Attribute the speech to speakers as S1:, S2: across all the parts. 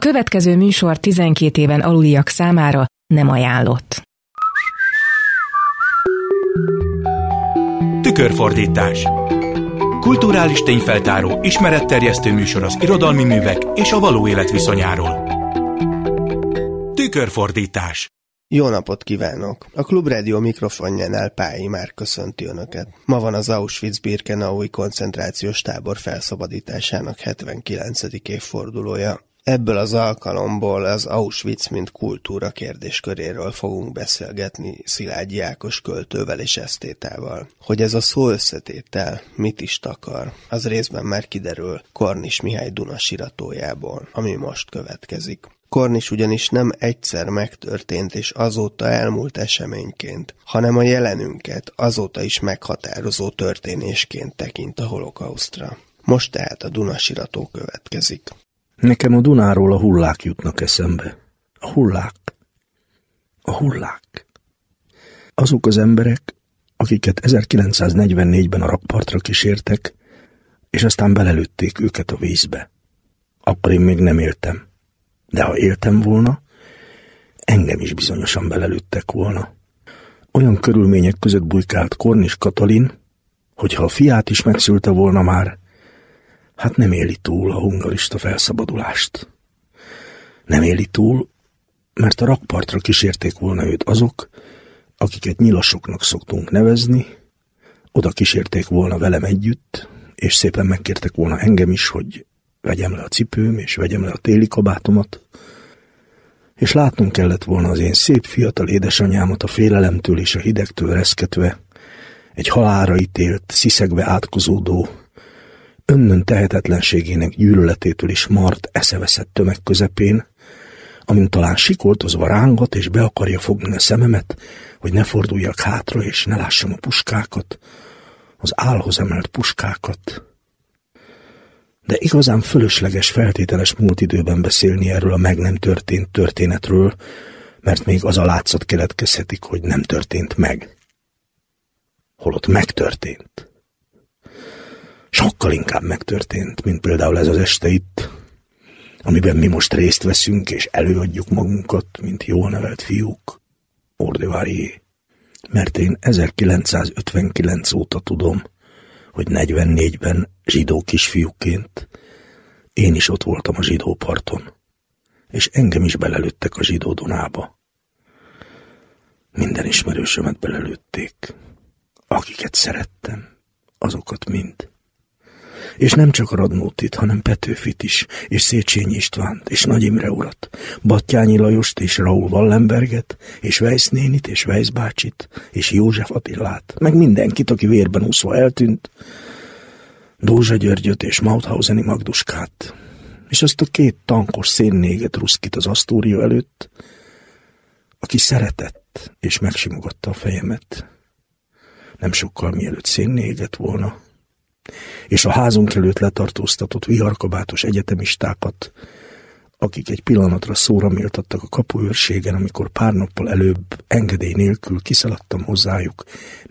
S1: következő műsor 12 éven aluliak számára nem ajánlott.
S2: Tükörfordítás. Kulturális tényfeltáró, ismeretterjesztő műsor az irodalmi művek és a való élet viszonyáról. Tükörfordítás.
S3: Jó napot kívánok! A Klubrádió mikrofonjánál Pályi már köszönti Önöket. Ma van az Auschwitz-Birkenaui koncentrációs tábor felszabadításának 79. évfordulója. Ebből az alkalomból az Auschwitz mint kultúra kérdésköréről fogunk beszélgetni Szilágyi Ákos költővel és esztétával. Hogy ez a szóösszetétel mit is takar, az részben már kiderül Kornis Mihály Dunasiratójából, ami most következik. Kornis ugyanis nem egyszer megtörtént és azóta elmúlt eseményként, hanem a jelenünket azóta is meghatározó történésként tekint a holokausztra. Most tehát a Dunasirató következik.
S4: Nekem a Dunáról a hullák jutnak eszembe. A hullák. Azok az emberek, akiket 1944-ben a rakpartra kísértek, és aztán belelőtték őket a vízbe. Akkor én még nem éltem. De ha éltem volna, engem is bizonyosan belelőttek volna. Olyan körülmények között bujkált Kornis Katalin, hogyha a fiát is megszülte volna már, hát nem éli túl a hungarista felszabadulást. Nem éli túl, mert a rakpartra kísérték volna őt azok, akiket nyilasoknak szoktunk nevezni, oda kísérték volna velem együtt, és szépen megkértek volna engem is, hogy vegyem le a cipőm, és vegyem le a téli kabátomat, és látnom kellett volna az én szép fiatal édesanyámat a félelemtől és a hidegtől reszketve, egy halálra ítélt, sziszegve átkozódó, önnön tehetetlenségének gyűlöletétől is mart, eszeveszett tömeg közepén, amint talán sikoltozva rángat és be akarja fogni a szememet, hogy ne forduljak hátra és ne lássam a puskákat, az álhoz emelt puskákat. De igazán fölösleges, feltételes múlt időben beszélni erről a meg nem történt történetről, mert még az a látszat keletkezhetik, hogy nem történt meg. Holott megtörtént. Sokkal inkább megtörtént, mint például ez az este itt, amiben mi most részt veszünk és előadjuk magunkat, mint jól nevelt fiúk. Ordevarié. Mert én 1959 óta tudom, hogy 44-ben zsidó kisfiúként én is ott voltam a zsidó parton, és engem is belelőttek a zsidó Dunába. Minden ismerősömet belelőtték. Akiket szerettem, azokat mind. És nem csak a Radnótit, hanem Petőfit is, és Széchenyi Istvánt, és Nagy Imre urat, Batthyány Lajost, és Raúl Wallenberget, és Weiss nénit, és Weiss bácsit, és József Attilát, meg mindenkit, aki vérben úszva eltűnt, Dózsa Györgyöt és Mauthauseni Magduskát, és azt a 2 tankos szénnéget ruszkit az Asztória előtt, aki szeretett, és megsimogatta a fejemet. Nem sokkal mielőtt szénnéget volna, és a házunk előtt letartóztatott viharkabátos egyetemistákat, akik egy pillanatra szóra méltattak a kapuőrségen, amikor pár nappal előbb engedély nélkül kiszaladtam hozzájuk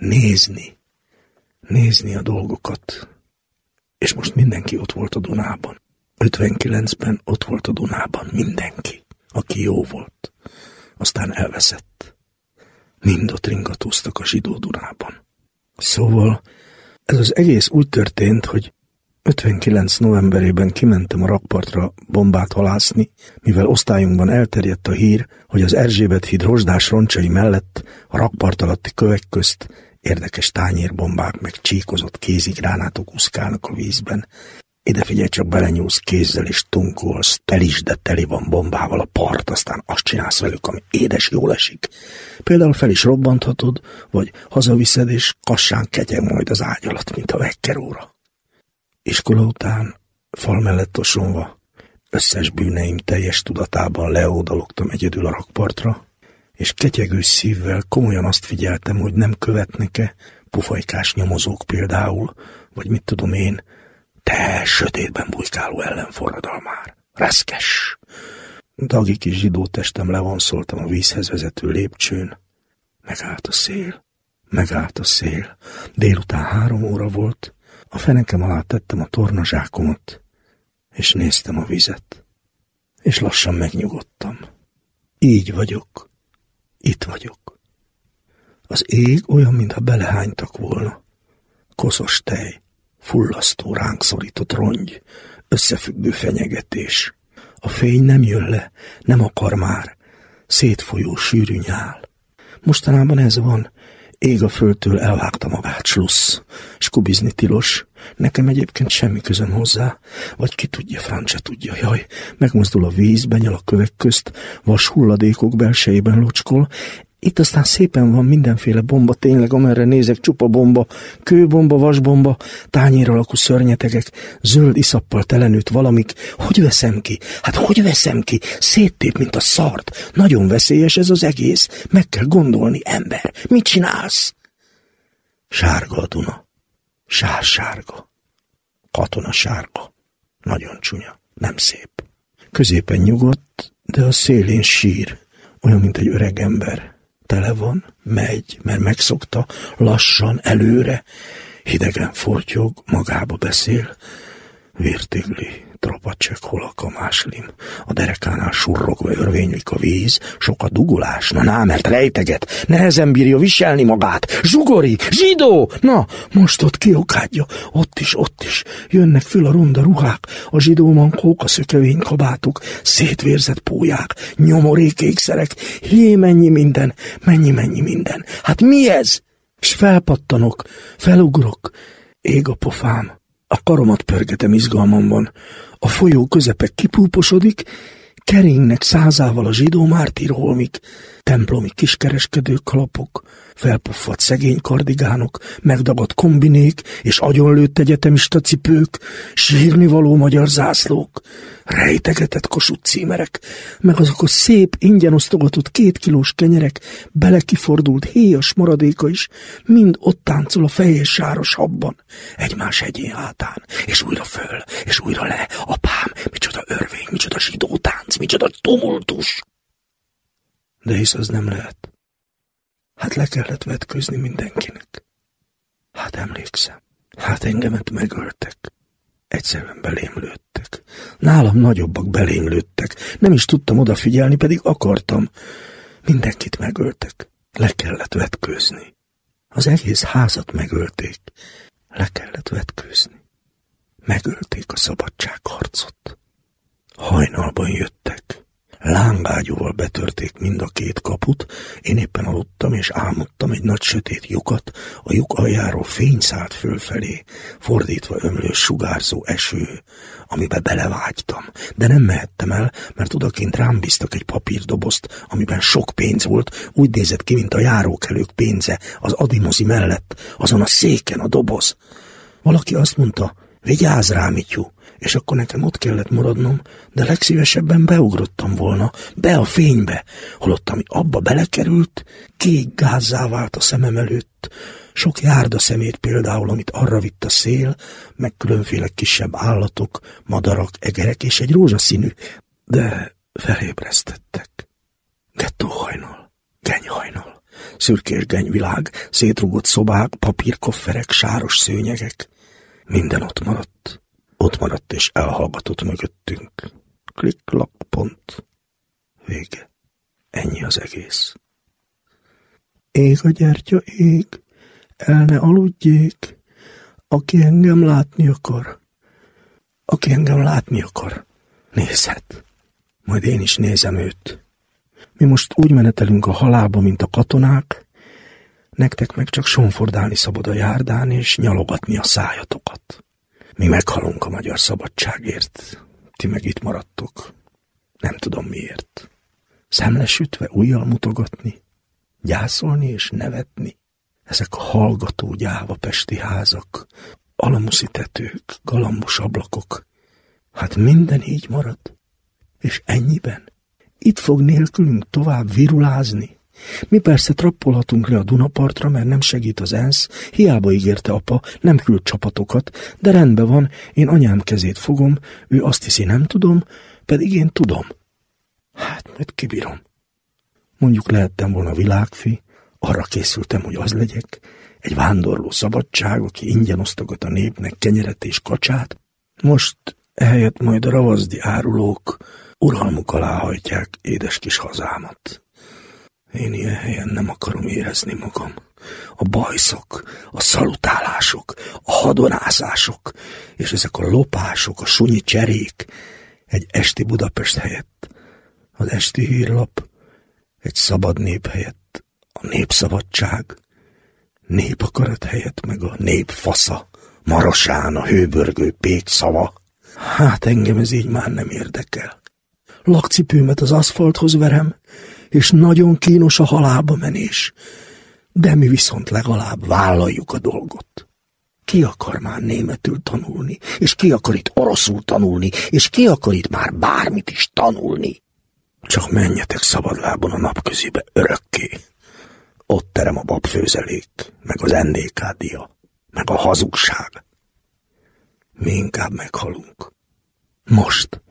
S4: nézni a dolgokat. És most mindenki ott volt a Dunában. 59-ben ott volt a Dunában mindenki, aki jó volt. Aztán elveszett. Mind ott ringatóztak a zsidó Dunában. Szóval ez az egész úgy történt, hogy 59 novemberében kimentem a rakpartra bombát halászni, mivel osztályunkban elterjedt a hír, hogy az Erzsébet híd rozsdás roncsai mellett a rakpart alatti kövek közt érdekes tányérbombák meg csíkozott kézigránátok úszkálnak a vízben. Ide figyelj, csak belenyúlsz kézzel és tunkolsz, de teli van bombával a part, aztán azt csinálsz velük, ami édes jól esik. Például fel is robbanthatod, vagy hazaviszed, és kassán ketyeg majd az ágy alatt, mint a vekkeróra. Iskola után, fal mellett osonva, összes bűneim teljes tudatában leódalogtam egyedül a rakpartra, és ketyegő szívvel komolyan azt figyeltem, hogy nem követnek-e pufajkás nyomozók például, vagy mit tudom én, te sötétben bujkáló ellenforradalmár, reszkes. Dagi kis zsidó testem levonszoltam a vízhez vezető lépcsőn. Megállt a szél. Délután 3 óra volt, a fenekem alá tettem a tornazsákomat, és néztem a vizet. és lassan megnyugodtam. Így vagyok, itt vagyok. Az ég olyan, mintha belehánytak volna. Koszos tej, fullasztó, ránk szorított rongy, összefüggő fenyegetés. A fény nem jön le, nem akar már, szétfolyó sűrű nyál. Mostanában ez van, ég a földtől elvágta magát, slussz, skubizni tilos. Nekem egyébként semmi közöm hozzá, vagy ki tudja, Francia tudja. Jaj, megmozdul a víz, benyal a kövek közt, vas hulladékok belsejében locskol. Itt aztán szépen van mindenféle bomba, tényleg, amerre nézek, csupa bomba, kőbomba, vasbomba, tányér alakú szörnyetegek, zöld iszappal telenőtt valamik. Hogy veszem ki? Hát hogy veszem ki? Széttép, mint a szart. Nagyon veszélyes ez az egész. Meg kell gondolni, ember. Mit csinálsz? Sárga a Duna. Sársárga. Katonasárga. Nagyon csúnya. Nem szép. Középen nyugodt, de a szélén sír. Olyan, mint egy öreg ember. Tele van, megy, mert megszokta, lassan, előre, hidegen fortyog, magába beszél, vértigli, tropacsek, holaka, máslim, a derekánál surrogva örvénylik a víz, sok a dugulás, na, mert rejteget, nehezen bírja viselni magát, zsugori, zsidó, na, most ott kiokádja, ott is, jönnek föl a ronda ruhák, a zsidó mankók, a szökevény kabátok, szétvérzett pólyák, nyomorék ékszerek, jé, mennyi minden, hát mi ez? S felpattanok, felugrok, ég a pofám. A karomat pörgetem izgalmamban. A folyó közepe kipúposodik, keringnek százával a zsidó mártírholmik, templomi kiskereskedők kalapok, felpuffadt szegény kardigánok, megdagadt kombinék és agyonlőtt egyetemista cipők, sírnivaló magyar zászlók, rejtegetett Kossuth címerek, meg azok a szép, ingyen osztogatott 2 kilós kenyerek, belekifordult héjas maradéka is, mind ott táncol a fehér sáros habban, egymás egyén hátán, és újra föl, és újra le. Apám, micsoda örvény, micsoda zsidó tánc, micsoda tumultus! De hisz az nem lehet. Hát le kellett vetkőzni mindenkinek. Hát emlékszem. Hát engemet megöltek. Egyszerűen belém lőttek. Nálam nagyobbak belém lőttek. Nem is tudtam odafigyelni, pedig akartam. Mindenkit megöltek. Le kellett vetkőzni. Az egész házat megölték. Le kellett vetkőzni. Megölték a szabadságharcot. Hajnalban jöttek. Lángágyúval betörték mind a 2 kaput, én éppen aludtam és álmodtam egy nagy sötét lyukat, a lyuk aljáról fény szállt fölfelé, fordítva ömlő sugárzó eső, amibe belevágytam, de nem mehettem el, mert odakint rám bíztak egy papírdobozt, amiben sok pénz volt, úgy nézett ki, mint a járókelők pénze, az adimozi mellett, azon a széken a doboz. Valaki azt mondta, vigyázz rá, Mityu, és akkor nekem ott kellett maradnom, de legszívesebben beugrottam volna, be a fénybe, holott ami abba belekerült, kék gázzá vált a szemem előtt. Sok járda szemét például, amit arra vitt a szél, meg különféle kisebb állatok, madarak, egerek és egy rózsaszínű, de felébresztettek. Gettóhajnal, genyhajnal, szürkés genyvilág, szétrugott szobák, papírkofferek, sáros szőnyegek. Minden ott maradt. Ott maradt és elhallgatott mögöttünk. Klik-klak, pont. Vége. Ennyi az egész. Ég a gyertya, ég, el ne aludjék, aki engem látni akar. Aki engem látni akar, nézhet. Majd én is nézem őt. Mi most úgy menetelünk a halálba, mint a katonák, nektek meg csak sonfordálni szabad a járdán, és nyalogatni a szájatokat. Mi meghalunk a magyar szabadságért, ti meg itt maradtok. Nem tudom miért. Szemlesütve ujjal mutogatni, gyászolni és nevetni. Ezek a hallgató gyáva pesti házak, alamuszi tetők, galambos ablakok. Hát minden így marad. És ennyiben? Itt fog nélkülünk tovább virulázni? Mi persze trappolhatunk le a Dunapartra, mert nem segít az ENSZ, hiába ígérte apa, nem küld csapatokat, de rendben van, én anyám kezét fogom, ő azt hiszi nem tudom, pedig én tudom. Hát, majd kibírom. Mondjuk lehettem volna világfi, arra készültem, hogy az legyek, egy vándorló szabadság, aki ingyen osztogat a népnek kenyeret és kacsát. Most ehelyett majd a ravaszdi árulók, uralmuk alá hajtják édes kis hazámat. Én ilyen helyen nem akarom érezni magam. A bajszok, a szalutálások, a hadonászások, és ezek a lopások, a sunyi cserék egy esti Budapest helyett, az esti hírlap egy szabad nép helyett, a népszabadság, népakarat helyett meg a nép fasza, Marosán a hőbörgő Pécs szava. Hát engem ez így már nem érdekel. Lakcipőmet az aszfalthoz verem, és nagyon kínos a halálba menés, de mi viszont legalább vállaljuk a dolgot. Ki akar már németül tanulni, és ki akar itt oroszul tanulni, és ki akar itt már bármit is tanulni? Csak menjetek szabadlábon a napközibe örökké. Ott terem a babfőzelék, meg az NDK dia, meg a hazugság. Mi inkább meghalunk. Most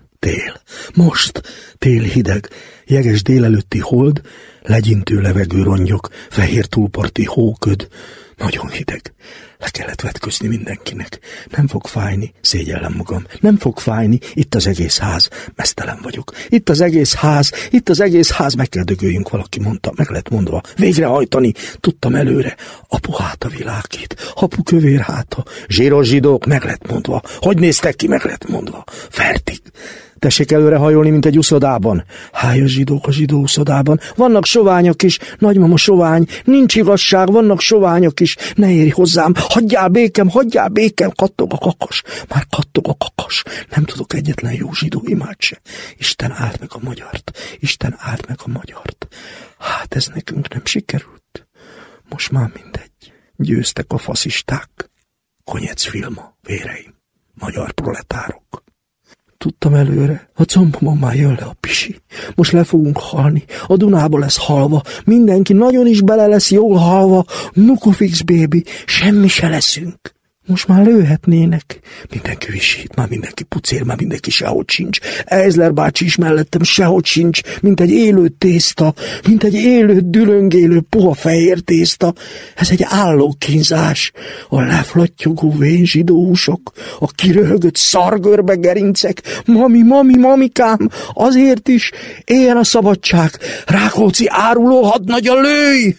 S4: tél hideg, jeges délelőtti hold, legyintő levegő rongyok, fehér túlparti hóköd, nagyon hideg. Le kellett vetközni mindenkinek. Nem fog fájni, szégyellem magam. Nem fog fájni, itt az egész ház. Meztelen vagyok. Itt az egész ház, meg kell dögöljünk, valaki mondta, meg lett mondva. Végrehajtani, tudtam előre. Apu háta világít, apu kövér háta, zsíros zsidók, meg lett mondva. Hogy néztek ki, meg lett mondva. Fertig. Tessék előre hajolni, mint egy uszodában. Háj a zsidók a zsidó uszodában. Vannak soványok is, nagymama sovány, nincs igazság, vannak soványok is. Ne érj hozzám, hagyjál békem, kattog a kakas. Már kattog a kakas. Nem tudok egyetlen jó zsidó imád se. Isten áld meg a magyart. Hát ez nekünk nem sikerült. Most már mindegy. Győztek a faszisták. Konyec filma, véreim, magyar proletárok. Tudtam előre, a combomon már jön le a pisi. Most le fogunk halni, a Dunába lesz halva, mindenki nagyon is bele lesz jól halva, nukufix bébi, semmi se leszünk. Most már lőhetnének. Mindenki visít, már mindenki pucér, már mindenki sehogy sincs. Eizler bácsi is mellettem sehogy sincs, mint egy élő tészta, mint egy élő, dülöngélő, puha fehér tészta. Ez egy állókínzás. A leflattyogó vén zsidóusok, a kiröhögött szargörbe gerincek. Mamikám, azért is éljen a szabadság. Rákóczi áruló hadnagya, lőj!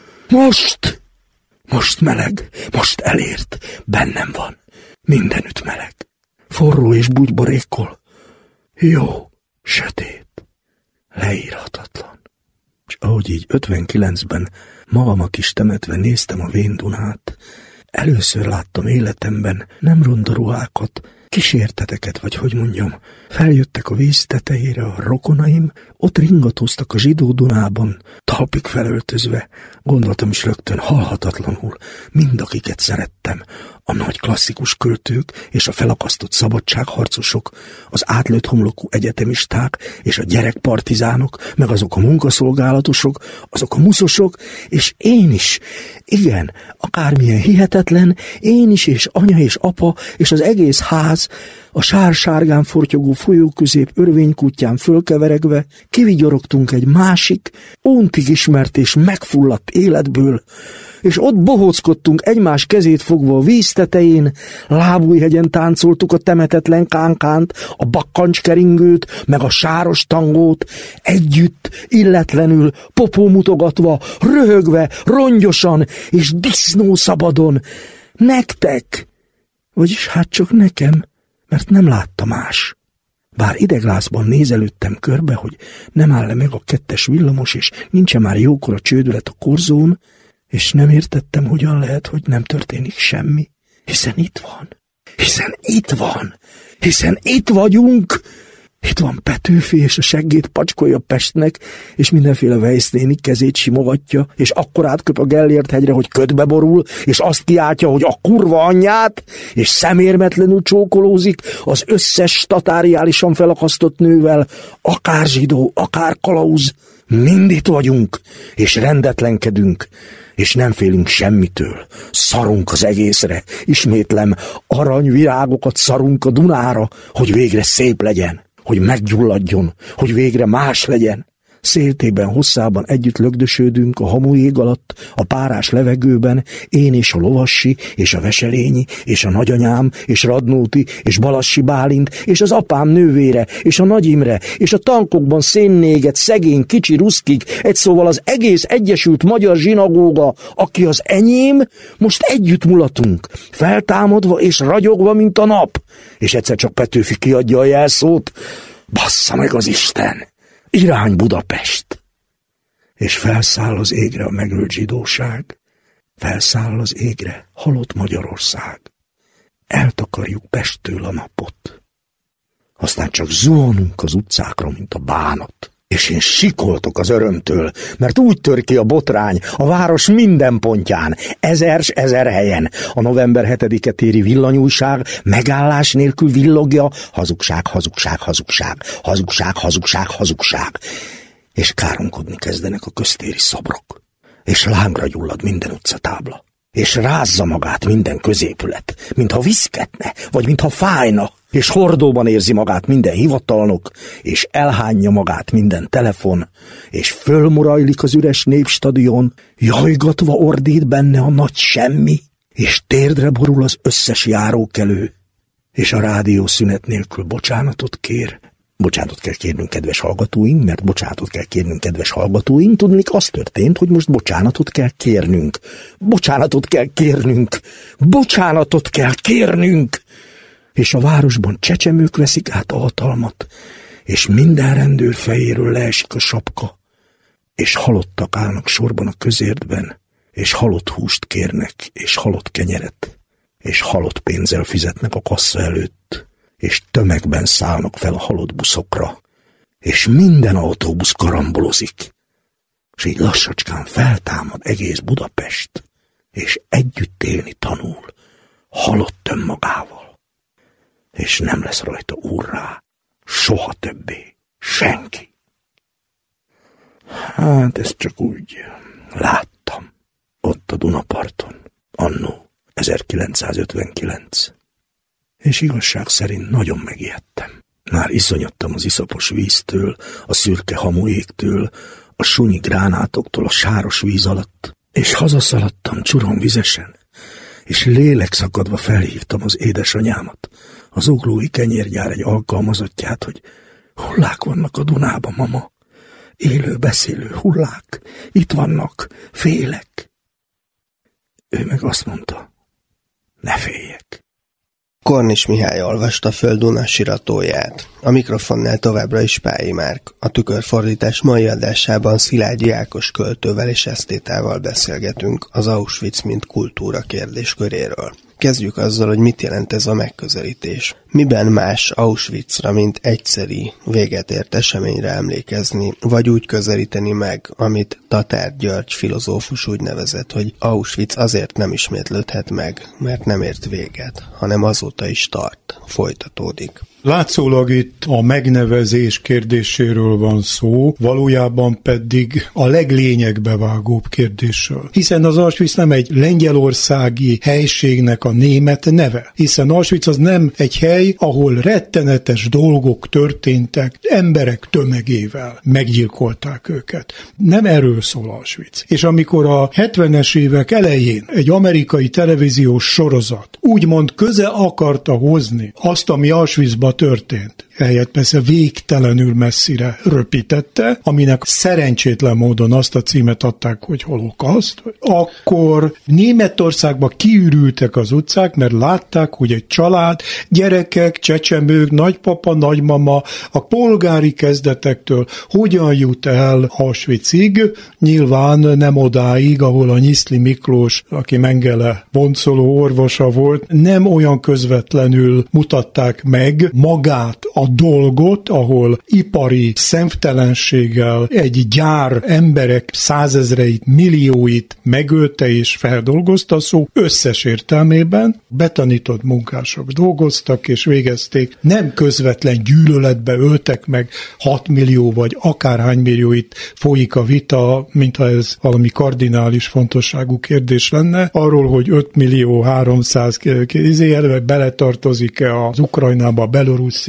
S4: Most meleg, most elért, bennem van, mindenütt meleg, forró és bugyborékkol, jó, sötét, leírhatatlan. És ahogy így 59-ben magamat is temetve néztem a vén Dunát, először láttam életemben nem ronda ruhákat, kísérteteket, vagy hogy mondjam, feljöttek a víz tetejére a rokonaim, ott ringatóztak a zsidó Dunában, talpig felöltözve, gondoltam is rögtön halhatatlanul, mindakiket szerettem, a nagy klasszikus költők és a felakasztott szabadságharcosok, az átlőtt homlokú egyetemisták és a gyerekpartizánok, meg azok a munkaszolgálatosok, azok a muszosok, és én is, igen, akármilyen hihetetlen, én is, és anya és apa, és az egész ház, a sár-sárgán fortyogó folyóközép örvénykutyán fölkeveregve kivigyorogtunk egy másik, óntig ismert és megfulladt életből, és ott bohóckodtunk egymás kezét fogva a víz tetején, Lábújhegyen táncoltuk a temetetlen kánkánt, a bakkancskeringőt, meg a sáros tangót, együtt, illetlenül, popómutogatva, röhögve, rongyosan és disznószabadon. Nektek! Vagyis hát csak nekem, mert nem látta más. Bár ideglázban nézelődtem körbe, hogy nem áll le meg a 2-es villamos, és nincsen már jókora csődület a korzón, és nem értettem, hogyan lehet, hogy nem történik semmi. Hiszen itt vagyunk. Itt van Petőfi, és a seggét pacskolja Pestnek, és mindenféle Weiss-néni kezét simogatja, és akkor átköp a Gellért hegyre, hogy ködbe borul, és azt kiáltja, hogy a kurva anyját, és szemérmetlenül csókolózik az összes statáriálisan felakasztott nővel, akár zsidó, akár kalauz. Mind itt vagyunk, és rendetlenkedünk, és nem félünk semmitől. Szarunk az egészre, ismétlem, aranyvirágokat szarunk a Dunára, hogy végre szép legyen, hogy meggyulladjon, hogy végre más legyen. Széltében, hosszában együtt lögdösödünk a hamujég alatt, a párás levegőben, én és a Lovassi, és a Veselényi, és a nagyanyám, és Radnóti, és Balassi Bálint, és az apám nővére, és a Nagy Imre, és a tankokban szénnégett szegény kicsi ruszkik, egy szóval az egész Egyesült Magyar Zsinagóga, aki az enyém, most együtt mulatunk, feltámadva és ragyogva, mint a nap. És egyszer csak Petőfi kiadja a jelszót, bassza meg az Isten! Irány Budapest! És felszáll az égre a megölt zsidóság, felszáll az égre halott Magyarország. Eltakarjuk Pesttől a napot. Aztán csak zuhanunk az utcákra, mint a bánat. És én sikoltok az örömtől, mert úgy tör ki a botrány a város minden pontján, ezer helyen. A november 7-e téri villanyújság megállás nélkül villogja, hazugság, hazugság, hazugság, hazugság, hazugság, hazugság. És káromkodni kezdenek a köztéri szobrok. És lángra gyullad minden utcatábla. És rázza magát minden középület, mintha viszketne, vagy mintha fájna. És hordóban érzi magát minden hivatalnok, és elhányja magát minden telefon, és fölmurajlik az üres népstadion, jajgatva ordít benne a nagy semmi, és térdre borul az összes járókelő, és a rádió szünet nélkül bocsánatot kér. Bocsánatot kell kérnünk, kedves hallgatóink, mert bocsánatot kell kérnünk, kedves hallgatóink. Tudnék, az történt, hogy most bocsánatot kell kérnünk. Bocsánatot kell kérnünk. Bocsánatot kell kérnünk. És a városban csecsemők veszik át a hatalmat, és minden rendőr fejéről leesik a sapka, és halottak állnak sorban a közértben, és halott húst kérnek, és halott kenyeret, és halott pénzzel fizetnek a kassa előtt, és tömegben szállnak fel a halott buszokra, és minden autóbusz karambolozik, és így lassacskán feltámad egész Budapest, és együtt élni tanul, halott önmagával. És nem lesz rajta úrrá, soha többé, senki. Hát ezt csak úgy láttam, ott a Dunaparton, annó 1959. És igazság szerint nagyon megijedtem. Már iszonyodtam az iszapos víztől, a szürke hamujégtől, a sunyi gránátoktól a sáros víz alatt, és hazaszaladtam csuromvizesen, és lélekszakadva felhívtam az édesanyámat, az Zuglói kenyérgyár egy alkalmazottját, hogy hullák vannak a Dunában, mama. Élő, beszélő hullák. Itt vannak, félek. Ő meg azt mondta, ne féljek.
S3: Kornis Mihály olvasta föl Duna siratóját. A mikrofonnál továbbra is Pályi Márk. A Tükörfordítás mai adásában Szilágyi Ákos költővel és esztétával beszélgetünk az Auschwitz mint kultúra kérdésköréről. Kezdjük azzal, hogy mit jelent ez a megközelítés. Miben más Auschwitzra, mint egyszeri, véget ért eseményre emlékezni, vagy úgy közelíteni meg, amit Tatár György filozófus úgy nevezett, hogy Auschwitz azért nem ismétlődhet meg, mert nem ért véget, hanem azóta is tart, folytatódik.
S5: Látszólag itt a megnevezés kérdéséről van szó, valójában pedig a leglényegbe vágóbb kérdésről. Hiszen az Auschwitz nem egy lengyelországi helységnek a német neve, hiszen Auschwitz az nem egy hely, ahol rettenetes dolgok történtek, emberek tömegével meggyilkolták őket. Nem erről szól Auschwitz. És amikor a 70-es évek elején egy amerikai televíziós sorozat úgymond köze akarta hozni azt, ami Auschwitzban történt, helyett persze végtelenül messzire röpítette, aminek szerencsétlen módon azt a címet adták, hogy holokauszt, akkor Németországba kiürültek az utcák, mert látták, hogy egy család, gyerekek, csecsemők, nagypapa, nagymama a polgári kezdetektől hogyan jut el Auschwitzig, nyilván nem odáig, ahol a Nyiszli Miklós, aki Mengele boncoló orvosa volt, nem olyan közvetlenül mutatták meg magát a dolgot, ahol ipari szemtelenséggel egy gyár emberek százezreit, millióit megölte és feldolgozta, szó összes értelmében. Betanított munkások dolgoztak és végezték, nem közvetlen gyűlöletbe öltek meg 6 millió vagy akárhány millió, itt folyik a vita, mintha ez valami kardinális fontosságú kérdés lenne, arról, hogy 5 millió 300 beletartozik-e az Ukrajnába, Belorussziába,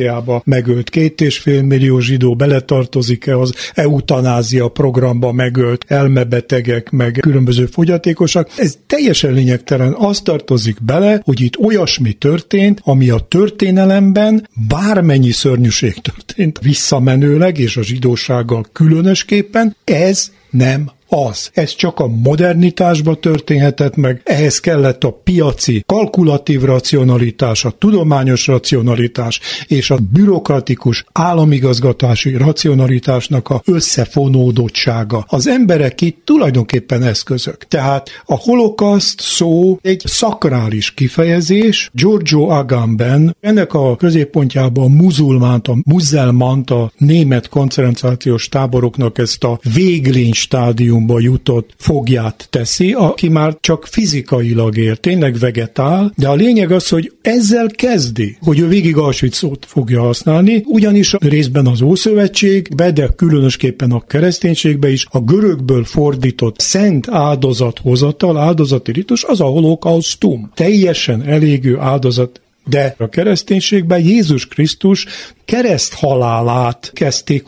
S5: megölt 2,5 millió zsidó, beletartozik-e az eutanázia programba megölt elmebetegek, meg különböző fogyatékosak. Ez teljesen lényegtelen. Az tartozik bele, hogy itt olyasmi történt, ami a történelemben bármennyi szörnyűség történt visszamenőleg, és a zsidósággal különösképpen, ez nem az. Ez csak a modernitásban történhetett meg, ehhez kellett a piaci, kalkulatív racionalitás, a tudományos racionalitás és a bürokratikus államigazgatási racionalitásnak a összefonódottsága. Az emberek itt tulajdonképpen eszközök. Tehát a holokauszt szó egy szakrális kifejezés. Giorgio Agamben ennek a középpontjában a muzzelmánt, a német koncentrációs táboroknak ezt a véglény stádium jutott fogját teszi, aki már csak fizikailag él, tényleg vegetál, de a lényeg az, hogy ezzel kezdi, hogy ő végig Auschwitz-ot fogja használni, ugyanis részben az Ószövetségbe, de különösképpen a kereszténységbe is a görögből fordított szent áldozathozatal, áldozati ritus, az a holokausztum. Teljesen elégő áldozat. De a kereszténységben Jézus Krisztus kereszthalálát kezdték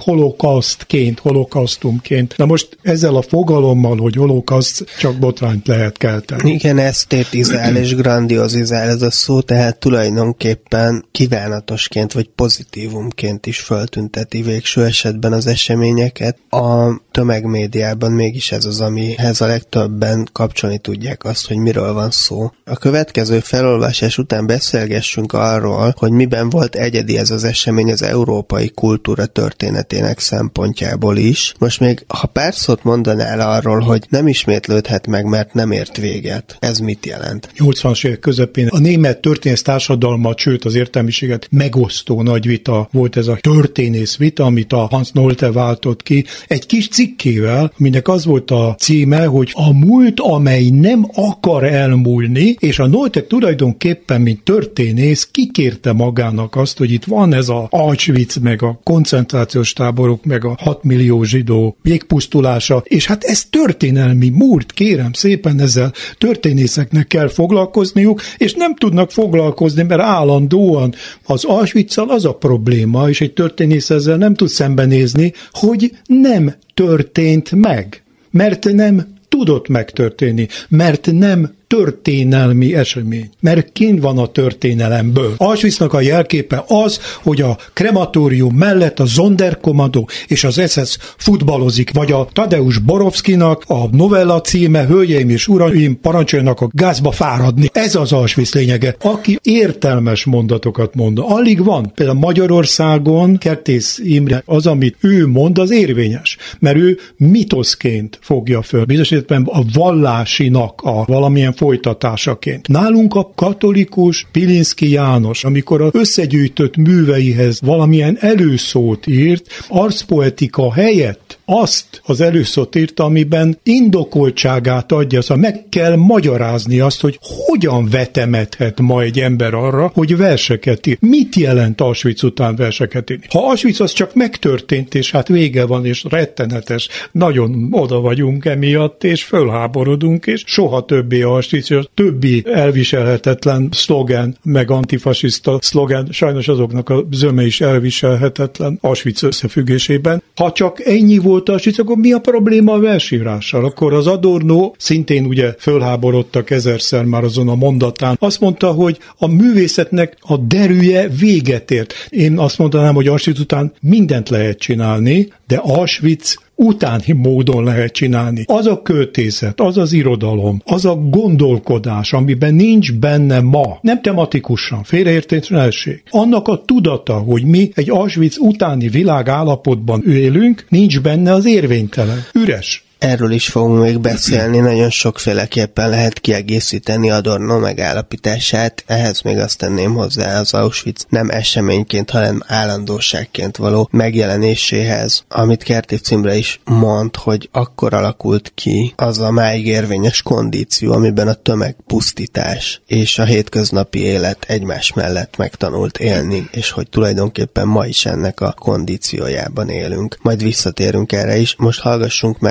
S5: holokausztumként. Na most ezzel a fogalommal, hogy holokauszt, csak botrányt lehet kelteni.
S3: Igen, esztétizál és grandiozizál ez a szó, tehát tulajdonképpen kívánatosként vagy pozitívumként is föltünteti végső esetben az eseményeket. A tömegmédiában mégis ez az, amihez a legtöbben kapcsolni tudják azt, hogy miről van szó. A következő felolvasás után beszélgessünk arról, hogy miben volt egyedi ez az esemény az európai kultúra történetének szempontjából is. Most még, ha pár szót mondanál arról, hogy nem ismétlődhet meg, mert nem ért véget. Ez mit jelent?
S5: 80-as évek közepén a német történész társadalmat, sőt az értelmiséget megosztó nagy vita volt ez a történész vita, amit a Hans Nolte váltott ki, egy kis cikkével, aminek az volt a címe, hogy a múlt, amely nem akar elmúlni, és a Nolte tulajdonképpen, mint történész, kikérte magának azt, hogy itt van ez a Auschwitz, meg a koncentrációs táborok, meg a 6 millió zsidó végpusztulása, és hát ez történelmi múlt, kérem szépen, ezzel történészeknek kell foglalkozniuk, és nem tudnak foglalkozni, mert állandóan az Auschwitz-szal az a probléma, és egy történész ezzel nem tud szembenézni, hogy nem történt meg, mert nem tudott megtörténni, mert nem történelmi esemény, mert kint van a történelemből. Auschwitznak a jelképe az, hogy a krematórium mellett a Sonderkommando és az SS futballozik, vagy a Tadeusz Borowskinak a novella címe Hölgyeim és uraim, parancsoljanak a gázba fáradni. Ez az Auschwitz lényege. Aki értelmes mondatokat mond, alig van. Például Magyarországon Kertész Imre, az, amit ő mond, az érvényes, mert ő mitoszként fogja föl. Bizonyos esetben a vallásinak a valamilyen folytatásaként. Nálunk a katolikus Pilinszky János, amikor az összegyűjtött műveihez valamilyen előszót írt, arcpoetika helyett azt az előszót írta, amiben indokoltságát adja, szóval meg kell magyarázni azt, hogy hogyan vetemethet ma egy ember arra, hogy verseket ír. Mit jelent Auschwitz után verseket írni? Ha Auschwitz az csak megtörtént, és hát vége van, és rettenetes, nagyon oda vagyunk emiatt, és fölháborodunk, és soha többé Auschwitz, és többi elviselhetetlen szlogen, meg antifasiszta szlogen, sajnos azoknak a zöme is elviselhetetlen Auschwitz összefüggésében. Ha csak ennyi volt Auschwitz, akkor mi a probléma a versírással? Akkor az Adorno, szintén ugye fölháborodtak ezerszer már azon a mondatán, azt mondta, hogy a művészetnek a derűje véget ért. Én azt mondanám, hogy Auschwitz után mindent lehet csinálni, de Auschwitz utáni módon lehet csinálni. Az a költészet, az az irodalom, az a gondolkodás, amiben nincs benne ma, nem tematikusan, félreértétlenség. Annak a tudata, hogy mi egy Auschwitz utáni világ állapotban élünk, nincs benne, az érvénytelen, üres.
S3: Erről is fogunk még beszélni, nagyon sokféleképpen lehet kiegészíteni Adorno megállapítását, ehhez még azt tenném hozzá az Auschwitz nem eseményként, hanem állandóságként való megjelenéséhez, amit Kertész Imre is mond, hogy akkor alakult ki az a máig érvényes kondíció, amiben a tömegpusztítás és a hétköznapi élet egymás mellett megtanult élni, és hogy tulajdonképpen ma is ennek a kondíciójában élünk. Majd visszatérünk erre is. Most hallgassunk meg egy olyan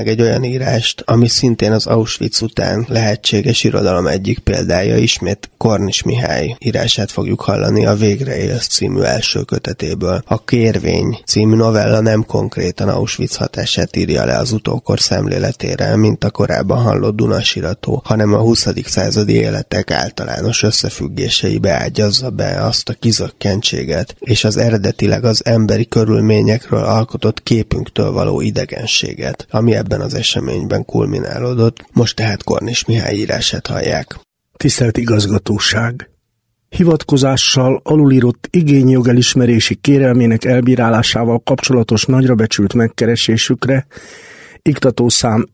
S3: írást, ami szintén az Auschwitz után lehetséges irodalom egyik példája, ismét Kornis Mihály írását fogjuk hallani a Végre élsz című első kötetéből. A Kérvény című novella nem konkrétan Auschwitz hatását írja le az utókor szemléletére, mint a korábban hallott Dunasirató, hanem a 20. századi életek általános összefüggéseibe ágyazza be azt a kizökkentséget, és az eredetileg az emberi körülményekről alkotott képünktől való idegenséget, ami ebben az eseményben kulminálódott. Most tehát Kornis Mihály írását hallják.
S4: Tisztelt igazgatóság! Hivatkozással alulírott igényjog elismerési kérelmének elbírálásával kapcsolatos nagyrabecsült megkeresésükre iktatószám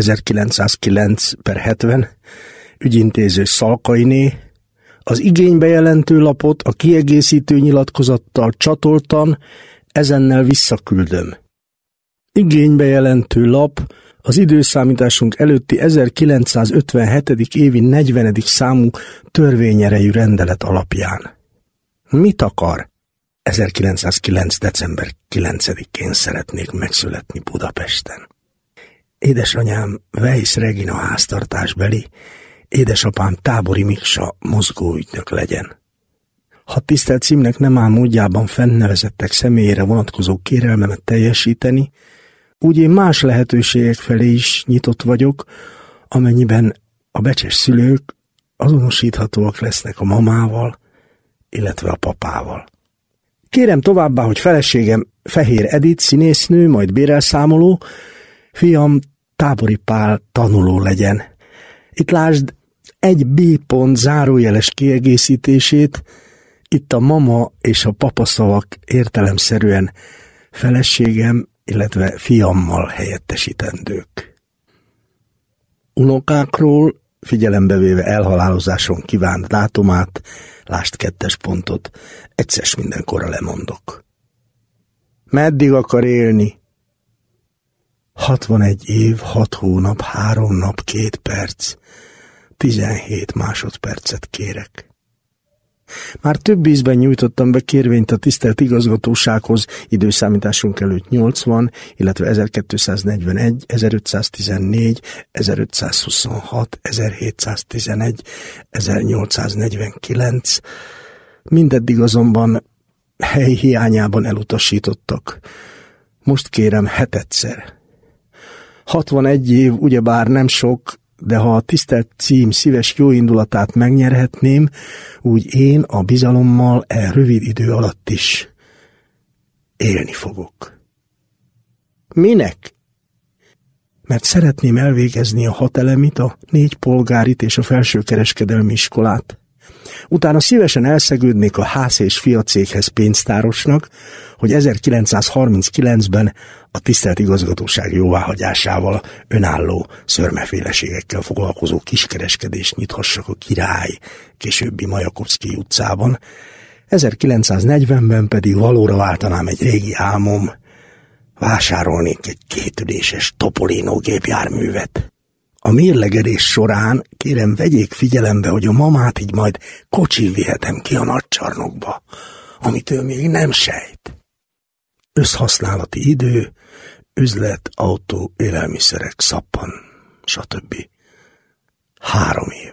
S4: 1909/70 ügyintéző Szalkainé az igénybejelentő lapot a kiegészítő nyilatkozattal csatoltan ezennel visszaküldöm. Igénybejelentő lap az időszámításunk előtti 1957. évi 40. számú törvényerejű rendelet alapján. Mit akar? 1909. december 9-én szeretnék megszületni Budapesten. Édesanyám Weiss Regina háztartásbeli, édesapám Tábori Miksa mozgóügynök legyen. Ha tisztelt címnek nem áll módjában fennnevezettek személyére vonatkozó kérelmemet teljesíteni, úgy én más lehetőségek felé is nyitott vagyok, amennyiben a becses szülők azonosíthatóak lesznek a mamával, illetve a papával. Kérem továbbá, hogy feleségem Fehér Edith színésznő, majd bérelszámoló, fiam Tábori Pál tanuló legyen. Itt lásd egy B pont zárójeles kiegészítését, itt a mama és a papa szavak értelemszerűen feleségem, illetve fiammal helyettesítendők. Unokákról, figyelembe véve elhalálozáson kívánt dátumát, lásd 2. pontot, egyszer mindenkorra lemondok. Meddig akar élni? 61 év, 6 hónap, 3 nap, 2 perc, 17 másodpercet kérek. Már több ízben nyújtottam be kérvényt a tisztelt igazgatósághoz, időszámításunk előtt 80, illetve 1241, 1514, 1526, 1711, 1849. Mindeddig azonban hely hiányában elutasítottak. Most kérem 7-szer. 61 év ugyebár nem sok, de ha a tisztelt cím szíves jóindulatát megnyerhetném, úgy én a bizalommal rövid idő alatt is élni fogok. Minek? Mert szeretném elvégezni a 6 elemit, a 4 polgárit és a felsőkereskedelmi iskolát. Utána szívesen elszegődnék a ház- és fiacéghez pénztárosnak, hogy 1939-ben a tisztelt igazgatóság jóváhagyásával önálló szörmeféleségekkel foglalkozó kiskereskedést nyithassak a Király, későbbi Majakovszky utcában, 1940-ben pedig valóra váltanám egy régi álmom, vásárolnék egy 2 üléses Topolino gépjárművet. A mérlegelés során kérem vegyék figyelembe, hogy a mamát így majd kocsin vihetem ki a nagycsarnokba, amitől még nem sejt. Összhasználati idő, üzlet, autó, élelmiszerek, szappan, stb. 3 év.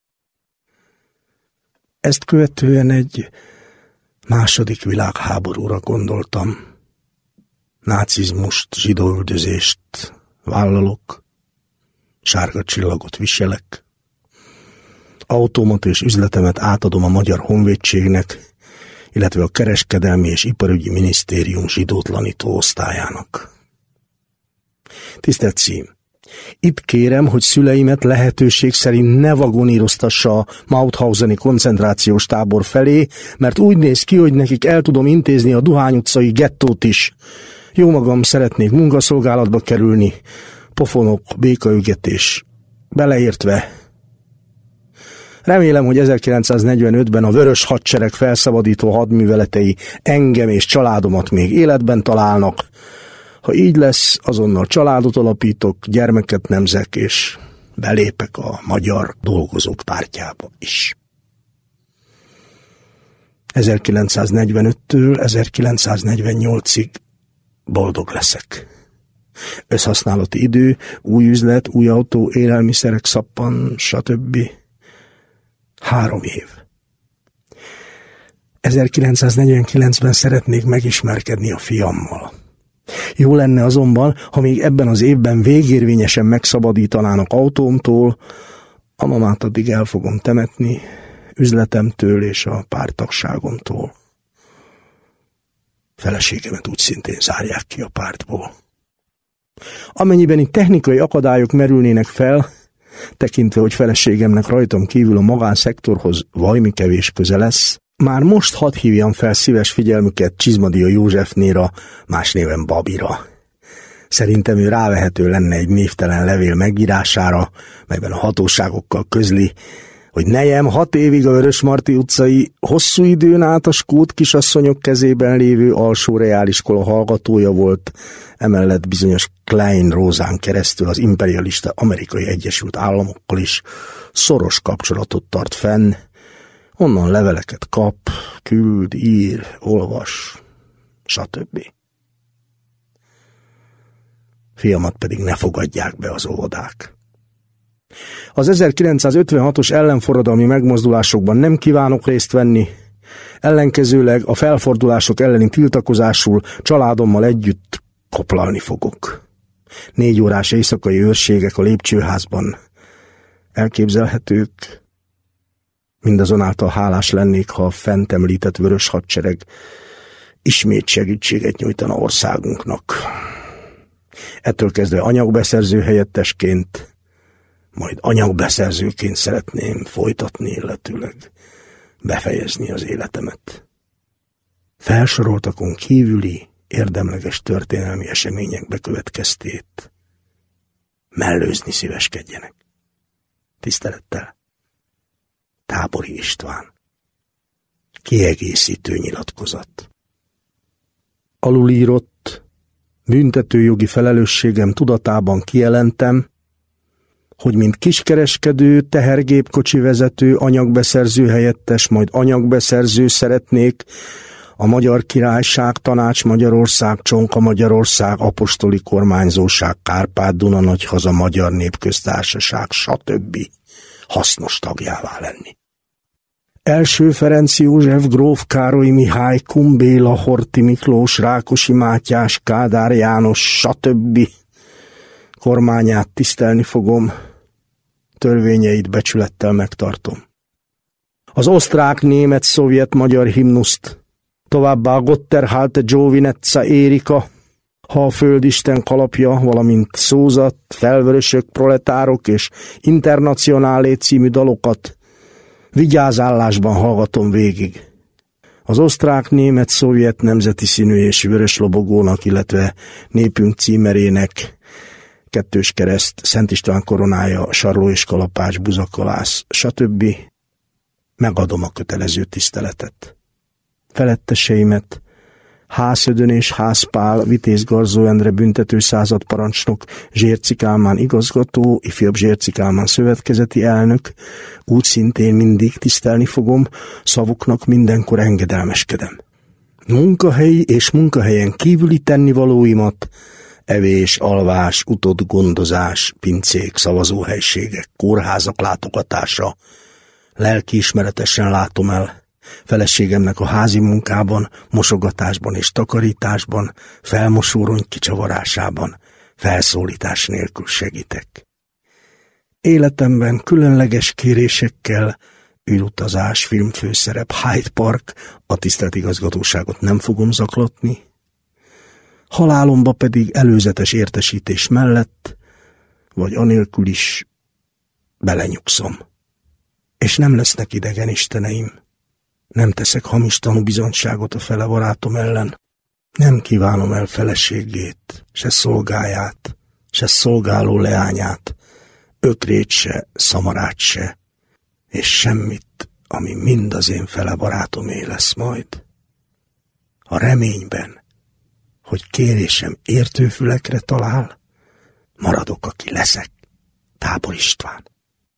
S4: Ezt követően egy második világháborúra gondoltam. Nácizmust, zsidóüldözést vállalok, sárga csillagot viselek, autómat és üzletemet átadom a Magyar Honvédségnek, illetve a Kereskedelmi és Iparügyi Minisztérium zsidótlanító osztályának. Tisztelt cím! Itt kérem, hogy szüleimet lehetőség szerint ne vagoníroztassa a Mauthauseni koncentrációs tábor felé, mert úgy néz ki, hogy nekik el tudom intézni a Duhány utcai gettót is. Jómagam szeretnék munkaszolgálatba kerülni, pofonok, békaügetés beleértve. Remélem, hogy 1945-ben a Vörös Hadsereg felszabadító hadműveletei engem és családomat még életben találnak. Ha így lesz, azonnal családot alapítok, gyermeket nemzek, és belépek a Magyar Dolgozók Pártjába is. 1945-től 1948-ig boldog leszek. Összhasználati idő, új üzlet, új autó, élelmiszerek, szappan, stb. 3 év. 1949-ben szeretnék megismerkedni a fiammal. Jó lenne azonban, ha még ebben az évben végérvényesen megszabadítanának autómtól, a mamát addig el fogom temetni, üzletemtől és a párttagságomtól. Feleségemet úgy szintén zárják ki a pártból. Amennyiben itt technikai akadályok merülnének fel, tekintve, hogy feleségemnek rajtam kívül a magánszektorhoz vajmi kevés köze lesz, már most hadd hívjam fel szíves figyelmüket Csizmadia Józsefnéra, más néven Babira. Szerintem ő rávehető lenne egy névtelen levél megírására, melyben a hatóságokkal közli, hogy nejem 6 évig a Vörösmarty utcai, hosszú időn át a skót kisasszonyok kezében lévő alsó reáliskola hallgatója volt, emellett bizonyos Klein Rózán keresztül az imperialista Amerikai Egyesült Államokkal is szoros kapcsolatot tart fenn, onnan leveleket kap, küld, ír, olvas, stb. Fiamat pedig ne fogadják be az óvodák. Az 1956-os ellenforradalmi megmozdulásokban nem kívánok részt venni, ellenkezőleg a felfordulások elleni tiltakozásul családommal együtt koplalni fogok. 4 órás éjszakai őrségek a lépcsőházban elképzelhetők, mindazonáltal hálás lennék, ha a fent említett vörös hadsereg ismét segítséget nyújtana országunknak. Ettől kezdve anyagbeszerző helyettesként, majd anyagbeszerzőként szeretném folytatni, illetőleg befejezni az életemet. Felsoroltakon kívüli érdemleges történelmi események bekövetkeztét mellőzni szíveskedjenek. Tisztelettel, Tábori István. Kiegészítő nyilatkozat. Alulírott, büntetőjogi felelősségem tudatában kijelentem, hogy mint kiskereskedő, tehergépkocsi vezető, anyagbeszerző helyettes, majd anyagbeszerző szeretnék a Magyar Királyság, Tanács Magyarország, Csonka Magyarország, Apostoli Kormányzóság, Kárpát-Duna Nagyhaza, Magyar Népköztársaság, stb. Hasznos tagjává lenni. Első Ferenc József, gróf Károly Mihály, Kun Béla, Horthy Miklós, Rákosi Mátyás, Kádár János, stb. Kormányát tisztelni fogom, törvényeit becsülettel megtartom. Az osztrák, német, szovjet, magyar himnuszt, továbbá a Gotterhalte Giovinezza Érika, ha a földisten kalapja, valamint szózat, felvörösök, proletárok és Internacionálé című dalokat vigyázállásban hallgatom végig. Az osztrák, német, szovjet nemzeti színű és vörös lobogónak, illetve népünk címerének, kettős kereszt, Szent István koronája, sarló és kalapács, buzakalász, stb. Megadom a kötelező tiszteletet. Feletteseimet, Hászödön és Hászpál, Vitéz Garzó Endre büntető századparancsnok, Zsérczy Kálmán igazgató, ifjabb Zsérczy Kálmán szövetkezeti elnök, úgy szintén mindig tisztelni fogom, szavuknak mindenkor engedelmeskedem. Munkahelyi és munkahelyen kívüli tennivalóimat, evés, alvás, utódgondozás, pincék, szavazóhelységek, kórházak látogatása, lelkiismeretesen látom el, feleségemnek a házi munkában, mosogatásban és takarításban, felmosórony kicsavarásában, felszólítás nélkül segítek. Életemben különleges kérésekkel, űrutazás, filmfőszerep, Hyde Park, a tisztelt igazgatóságot nem fogom zaklatni, halálomba pedig előzetes értesítés mellett, vagy anélkül is belenyugszom. És nem lesznek idegen isteneim. Nem teszek hamis tanúbizonyságot a fele barátom ellen. Nem kívánom el feleségét, se szolgáját, se szolgáló leányát, ökrét se, szamarát se, és semmit, ami mind az én fele barátomé lesz majd. A reményben, hogy kérésem értőfülekre talál, maradok, aki leszek. Tábor István.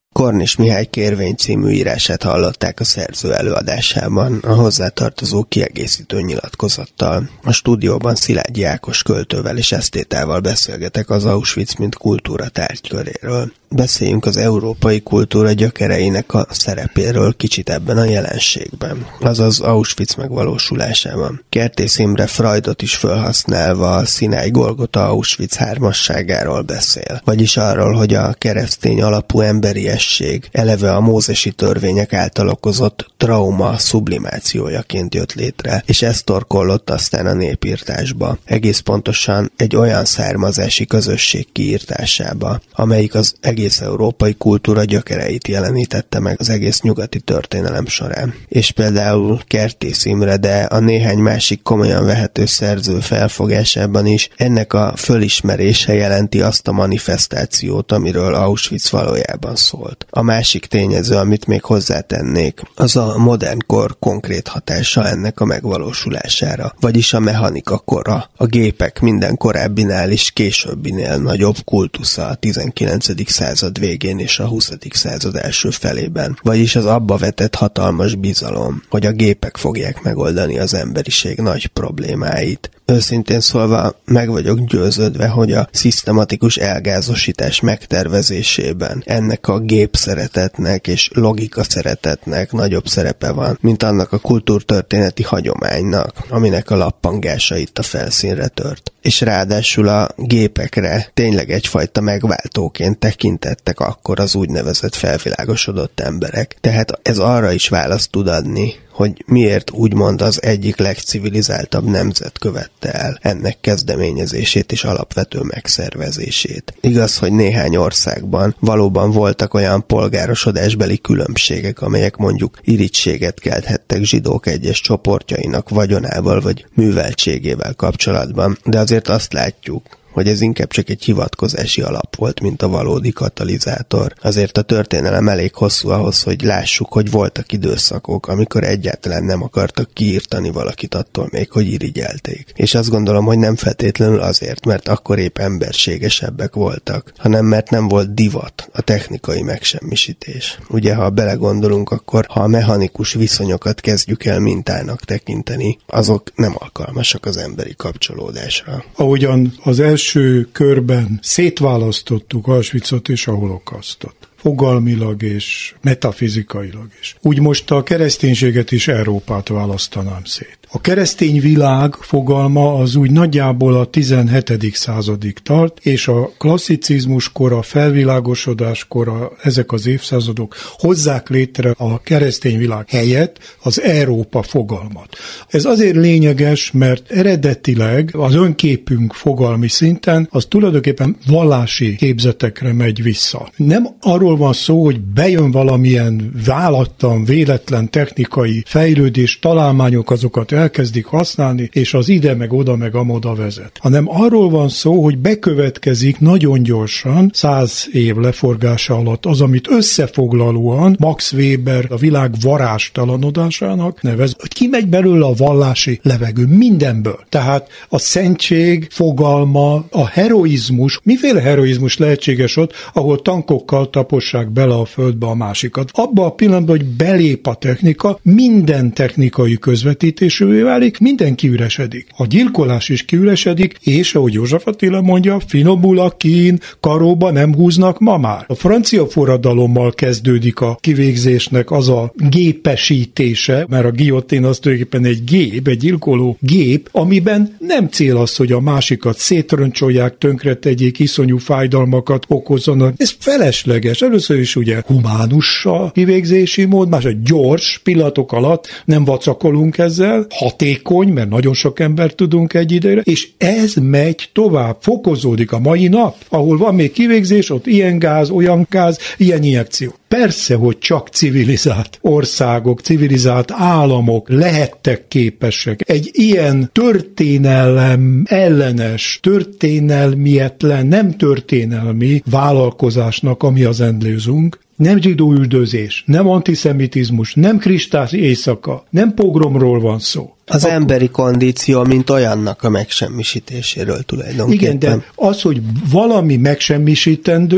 S3: Kornis Mihály Kérvény című írását hallották a szerző előadásában, a hozzátartozó kiegészítő nyilatkozattal. A stúdióban Szilágyi Ákos költővel és esztétával beszélgetek az Auschwitz mint kultúra tárgyköréről. Beszéljünk az európai kultúra gyökereinek a szerepéről kicsit ebben a jelenségben, azaz Auschwitz megvalósulásában. Kertész Imre Freudot is felhasználva a Sinai Golgota Auschwitz hármasságáról beszél, vagyis arról, hogy a keresztény alapú emberiesség eleve a mózesi törvények által okozott trauma sublimációjaként jött létre, és ez torkollott aztán a népírtásba. Egész pontosan egy olyan származási közösség kiírtásába, amelyik az egész európai kultúra gyökereit jelenítette meg az egész nyugati történelem során. És például Kertész Imre, de a néhány másik komolyan vehető szerző felfogásában is ennek a fölismerése jelenti azt a manifestációt, amiről Auschwitz valójában szólt. A másik tényező, amit még hozzátennék, az a modern kor konkrét hatása ennek a megvalósulására, vagyis a mechanika kora, a gépek minden korábbinál és későbbinél nagyobb kultusza a 19. század végén és a 20. század első felében, vagyis az abba vetett hatalmas bizalom, hogy a gépek fogják megoldani az emberiség nagy problémáit. Őszintén szólva meg vagyok győződve, hogy a szisztematikus elgázosítás megtervezésében ennek a gépszeretetnek és logika szeretetnek nagyobb szerepe van, mint annak a kultúrtörténeti hagyománynak, aminek a lappangása itt a felszínre tört. És ráadásul a gépekre tényleg egyfajta megváltóként tekintettek akkor az úgynevezett felvilágosodott emberek. Tehát ez arra is választ tud adni, hogy miért úgymond az egyik legcivilizáltabb nemzet követte el ennek kezdeményezését és alapvető megszervezését. Igaz, hogy néhány országban valóban voltak olyan polgárosodásbeli különbségek, amelyek mondjuk irítséget kelthettek zsidók egyes csoportjainak vagyonával vagy műveltségével kapcsolatban, de azért azt látjuk, hogy ez inkább csak egy hivatkozási alap volt, mint a valódi katalizátor. Azért a történelem elég hosszú ahhoz, hogy lássuk, hogy voltak időszakok, amikor egyáltalán nem akartak kiírtani valakit attól még, hogy irigyelték. És azt gondolom, hogy nem feltétlenül azért, mert akkor épp emberségesebbek voltak, hanem mert nem volt divat a technikai megsemmisítés. Ugye, ha belegondolunk, akkor ha a mechanikus viszonyokat kezdjük el mintának tekinteni, azok nem alkalmasak az emberi kapcsolódásra.
S5: Ahogyan az első körben szétválasztottuk Auschwitzot és a holokausztot, fogalmilag és metafizikailag is. Úgy most a kereszténységet és Európát választanám szét. A keresztény világ fogalma az úgy nagyjából a 17. századig tart, és a klasszicizmus kora, felvilágosodás kora, ezek az évszázadok hozzák létre a keresztény világ helyett az Európa fogalmat. Ez azért lényeges, mert eredetileg az önképünk fogalmi szinten az tulajdonképpen vallási képzetekre megy vissza. Nem arról van szó, hogy bejön valamilyen válatlan, véletlen technikai fejlődés, találmányok azokat elkezdik használni, és az ide meg oda meg amoda vezet. Hanem arról van szó, hogy bekövetkezik nagyon gyorsan, 100 év leforgása alatt az, amit összefoglalóan Max Weber a világ varástalaноdásának nevez, hogy kimegy belőle a vallási levegő mindenből. Tehát a szentség fogalma, a heroizmus, miféle heroizmus lehetséges ott, ahol tankokkal tapossák bele a földbe a másikat. Abban a pillanatban, hogy belép a technika, minden technikai közvetítésűvé válik, minden kiüresedik. A gyilkolás is kiüresedik, és ahogy József Attila mondja, finomul a kín, karóba nem húznak ma már. A francia forradalommal kezdődik a kivégzésnek az a gépesítése, mert a guillotine az tulajdonképpen egy gép, egy gyilkoló gép, amiben nem cél az, hogy a másikat szétroncsolják, tönkretegyék, iszonyú fájdalmakat okozzanak. Ez felesleges. Először is ugye humánus a kivégzési mód, másod gyors, pillanatok alatt nem vacakolunk ezzel, hatékony, mert nagyon sok embert tudunk egy időre, és ez megy tovább, fokozódik a mai nap, ahol van még kivégzés, ott ilyen gáz, olyan gáz, ilyen injekció. Persze, hogy csak civilizált országok, civilizált államok lehettek képesek egy ilyen történelem ellenes, történelmietlen, nem történelmi vállalkozásnak, ami az Endlösung, nem zsidóüldözés, nem antiszemitizmus, nem kristály éjszaka, nem pogromról van szó.
S3: Az emberi kondíció, mint olyannak a megsemmisítéséről tulajdonképpen.
S5: Igen, de az, hogy valami megsemmisítendő,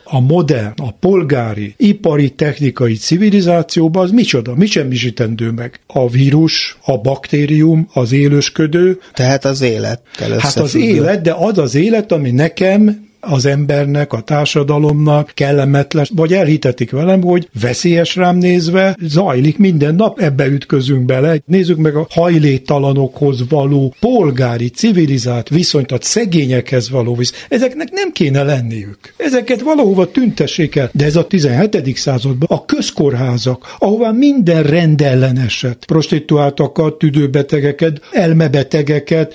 S5: a modern, a polgári, ipari, technikai civilizációban az micsoda? Mit semmisítendő meg? A vírus, a baktérium, az élősködő.
S3: Tehát az élet.
S5: Hát az élet, de az élet, ami nekem, az embernek, a társadalomnak kellemetlen, vagy elhitetik velem, hogy veszélyes rám nézve zajlik minden nap, ebbe ütközünk bele. Nézzük meg a hajléktalanokhoz való polgári, civilizált viszonyt, a szegényekhez való viszont. Ezeknek nem kéne lenniük. Ezeket valahova tüntessék el. De ez a 17. században a közkórházak, ahová minden rendelleneset, prostituáltakat, tüdőbetegeket, elmebetegeket,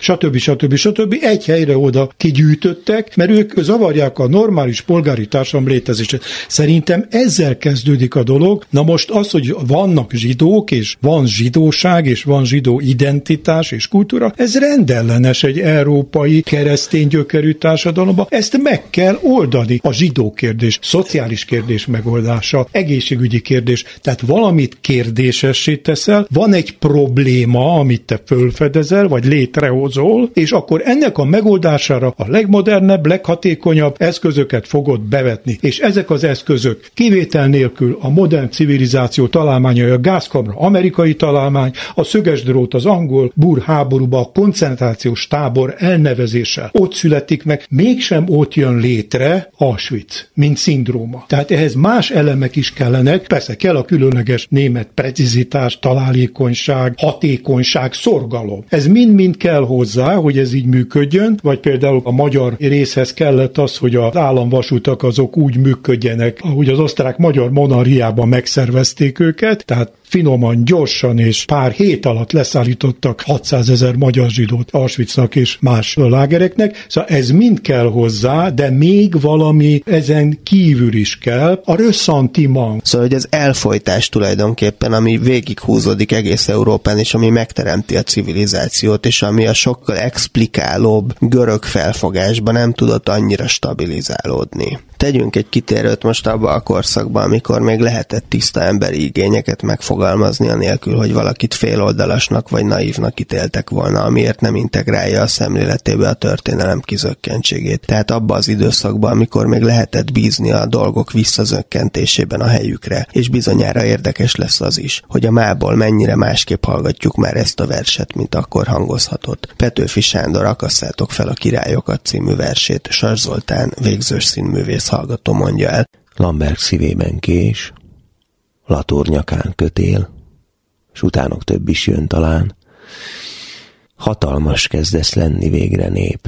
S5: stb. Egy helyre oda kigyűjtöttek, mert ők zavarják a normális polgári társadalom létezését. Szerintem ezzel kezdődik a dolog. Na most az, hogy vannak zsidók, és van zsidóság, és van zsidó identitás és kultúra, ez rendellenes egy európai keresztény gyökerű társadalomban. Ezt meg kell oldani. A zsidó kérdés, szociális kérdés megoldása, egészségügyi kérdés. Tehát valamit kérdésessé teszel, van egy probléma, amit te fölfedezel, vagy létrehozol, és akkor ennek a megoldására a legmodernebb, leghatékonyabb eszközöket fogod bevetni. És ezek az eszközök kivétel nélkül a modern civilizáció találmányai, a gázkamra amerikai találmány, a szöges drót az angol búr háborúba, a koncentrációs tábor elnevezéssel ott születik meg, mégsem ott jön létre Auschwitz, mint szindróma. Tehát ehhez más elemek is kellenek, persze kell a különleges német precizitás, találékonyság, hatékonyság, szorgalom. Ez mind-mind kell hozzá, hogy ez így működjön, vagy például a magyar részhez kellett az, hogy az államvasutak azok úgy működjenek, ahogy az osztrák-magyar monarchiában megszervezték őket, tehát finoman, gyorsan és pár hét alatt leszállítottak 600 000 magyar zsidót Auschwitznak és más lágereknek. Szóval ez mind kell hozzá, de még valami ezen kívül is kell, a ressentiment.
S3: Szóval, hogy az elfojtás tulajdonképpen, ami végighúzódik egész Európán, és ami megteremti a civilizációt, és ami a sokkal explikálóbb görög felfogásban nem tudott annyira stabilizálódni. Tegyünk egy kitérőt most abba a korszakba, amikor még lehetett tiszta emberi igényeket megfogalmazni, anélkül, hogy valakit féloldalasnak vagy naívnak ítéltek volna, amiért nem integrálja a szemléletébe a történelem kizökkentségét. Tehát abba az időszakban, amikor még lehetett bízni a dolgok visszazökkentésében a helyükre, és bizonyára érdekes lesz az is, hogy a mából mennyire másképp hallgatjuk már ezt a verset, mint akkor hangozhatott. Petőfi Sándor Akasszátok fel a királyokat című versét Sas Zoltán végzős színművész hallgató mondja el.
S6: Lamberg szívében kés, Latour nyakán kötél, s utánok több is jön talán. Hatalmas kezdesz lenni végre nép.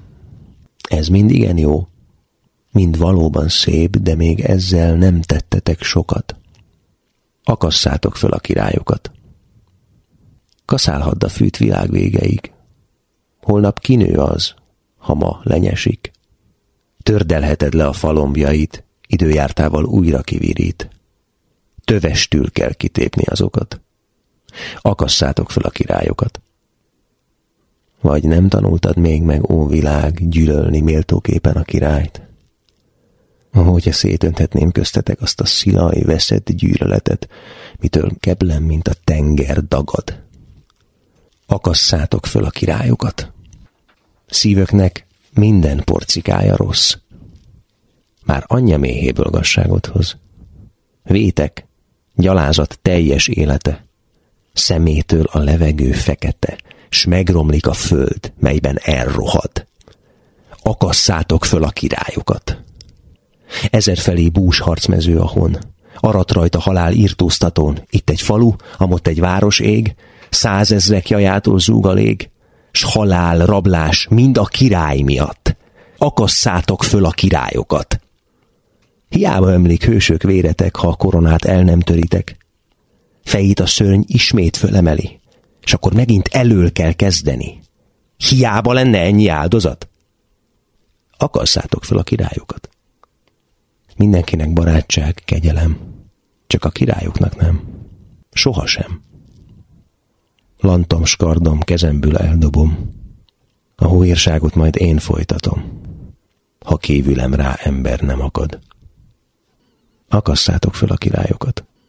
S6: Ez mind igen jó, mind valóban szép, de még ezzel nem tettetek sokat. Akasszátok föl a királyokat. Kaszálhadd a fűt világ végeig. Holnap kinő az, ha ma lenyesik. Tördelheted le a falombjait, időjártával újra kivirít. Tövestül kell kitépni azokat. Akasszátok föl a királyokat. Vagy nem tanultad még meg, ó világ, gyűlölni méltóképpen a királyt? Ahogyha szétönthetném köztetek azt a szilaj veszett gyűlöletet, mitől keblem, mint a tenger dagad. Akasszátok föl a királyokat. Szívöknek minden porcikája rossz. Már anyja méhéből gazságot hoz. Vétek, gyalázat teljes élete. Szemétől a levegő fekete, s megromlik a föld, melyben elrohad. Akasszátok föl a királyokat. Ezerfelé bús harcmező a hon, arat rajta halál irtóztatón, itt egy falu, amott egy város ég, 100 000 jajától zúg a lég, s halál, rablás mind a király miatt. Akasszátok föl a királyokat. Hiába ömlik hősök véretek, ha a koronát el nem töritek. Fejét a szörny ismét fölemeli, és akkor megint elől kell kezdeni. Hiába lenne ennyi áldozat. Akasszátok föl a királyokat. Mindenkinek barátság, kegyelem, csak a királyoknak nem. Sohasem. Lantom, skardom, kezemből eldobom. A hóérságot majd én folytatom, ha kívülem rá ember nem akad. Akasszátok föl a királyokat.